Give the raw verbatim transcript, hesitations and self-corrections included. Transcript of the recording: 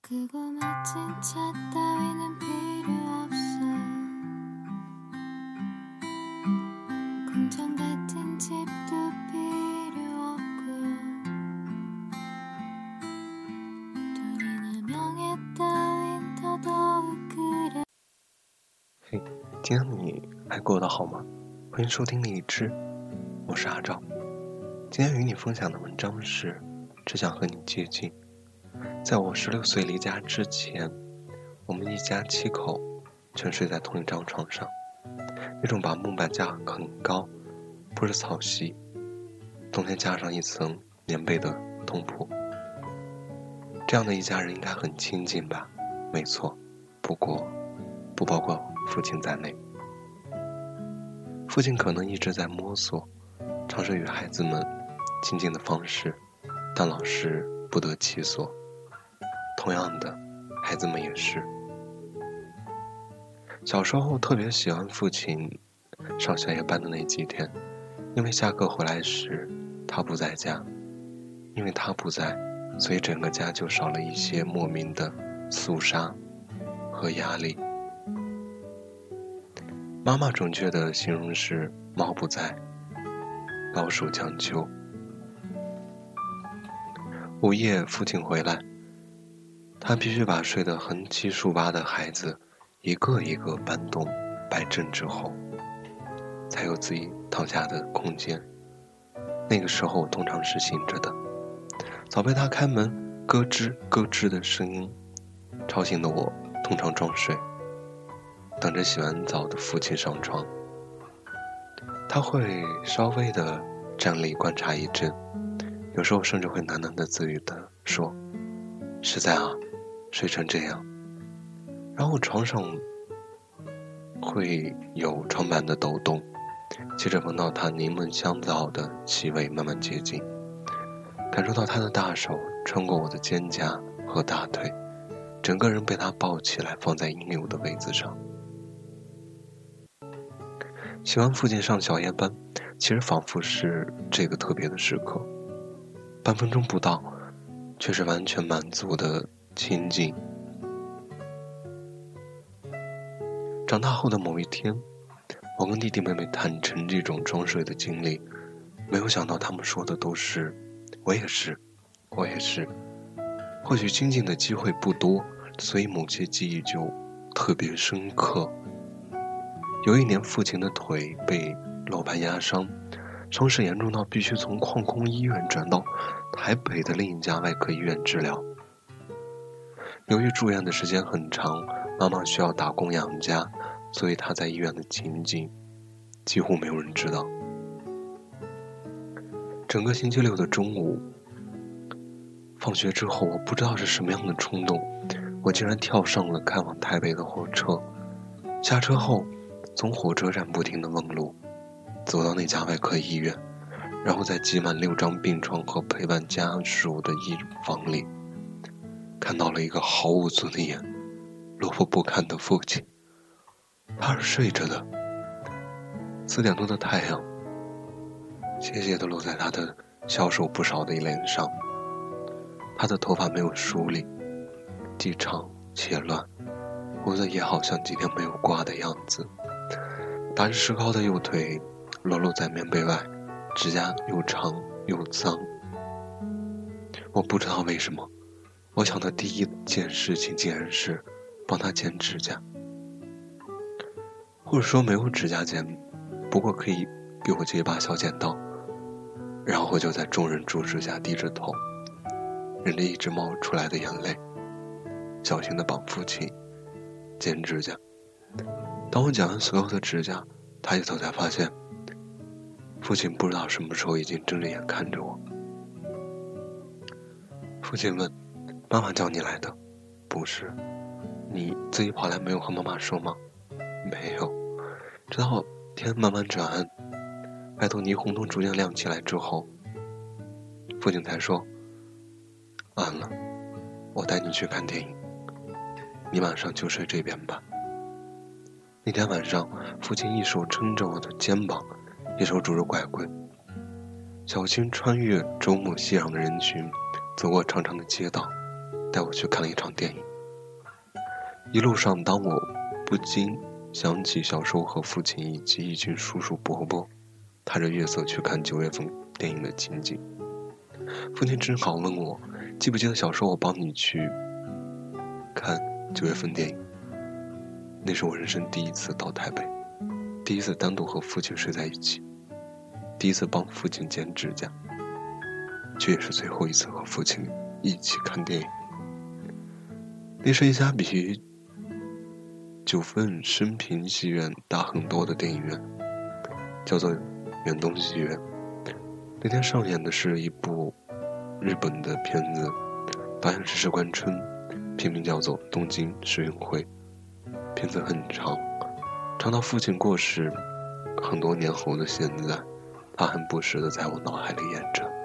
그거 멋진 차 따위는 필요 없어 공장 같은 집도 필요 없고 돈이나 명예 따윈 더더욱 그래。 嘿，今天的你还过得好吗？欢迎收听荔枝，我是阿赵。今天与你分享的文章是只想和你接近。在我十六岁离家之前，我们一家七口全睡在同一张床上，那种把木板架很高，铺着草席，冬天加上一层棉被的通铺。这样的一家人应该很亲近吧？没错，不过不包括父亲在内。父亲可能一直在摸索，尝试与孩子们亲近的方式，但老是不得其所。同样的，孩子们也是。小时候特别喜欢父亲上小夜班的那几天，因为下课回来时他不在家，因为他不在，所以整个家就少了一些莫名的肃杀和压力。妈妈准确的形容是猫不在，老鼠将就。午夜父亲回来，他必须把睡得横七竖八的孩子一个一个搬动摆正之后，才有自己躺下的空间。那个时候通常是醒着的，早被他开门咯吱咯吱的声音吵醒的我，通常装睡，等着洗完澡的父亲上床。他会稍微的站立观察一阵，有时候甚至会喃喃的自语的说，实在啊，睡成这样。然后床上会有床板的抖动，接着闻到他柠檬香皂的气味慢慢接近，感受到他的大手穿过我的肩胛和大腿，整个人被他抱起来放在应有的位子上。喜欢父亲上小夜班，其实仿佛是这个特别的时刻，半分钟不到，却是完全满足的亲近。长大后的某一天，我跟弟弟妹妹坦诚这种装睡的经历，没有想到他们说的都是我也是我也是。或许亲近的机会不多，所以某些记忆就特别深刻。有一年父亲的腿被楼盘压伤，伤势严重到必须从矿工医院转到台北的另一家外科医院治疗。由于住院的时间很长，妈妈需要打工养家，所以她在医院的情景几乎没有人知道。整个星期六的中午，放学之后，我不知道是什么样的冲动，我竟然跳上了开往台北的火车。下车后，从火车站不停地问路，走到那家外科医院，然后在挤满六张病床和陪伴家属的医房里，看到了一个毫无尊严、落魄不堪的父亲。他是睡着的，四点多的太阳斜斜地落在他的消瘦不少的脸上，他的头发没有梳理，既长且乱，胡子也好像几天没有刮的样子。打着石膏的右腿裸露在棉被外，指甲又长又脏。我不知道为什么，我想的第一件事情竟然是帮他剪指甲，或者说没有指甲剪，不过可以给我借一把小剪刀。然后我就在众人注视下低着头，忍着一直冒出来的眼泪，小心地帮父亲剪指甲。当我剪完所有的指甲，抬起头才发现，父亲不知道什么时候已经睁着眼看着我。父亲问，妈妈叫你来的？不是。你自己跑来没有和妈妈说吗？没有。直到天慢慢转暗，外头霓虹灯逐渐亮起来之后，父亲才说，暗了，我带你去看电影，你晚上就睡这边吧。那天晚上，父亲一手撑着我的肩膀，一手拄着拐棍，小心穿越周末熙攘的人群，走过长长的街道， 带我去看了一场电影。一路上，当我不禁想起小时候和父亲以及一群叔叔伯伯踏着月色去看九月份电影的情景，父亲正好问我，记不记得小时候我帮你去看九月份电影？那是我人生第一次到台北，第一次单独和父亲睡在一起，第一次帮父亲剪指甲，却也是最后一次和父亲一起看电影。那是一家比九份升平戏院大很多的电影院，叫做远东戏院。那天上演的是一部日本的片子，导演是石关春，片名叫做《东京世运会》。片子很长，长到父亲过世很多年后的现在，他还不时地在我脑海里演着。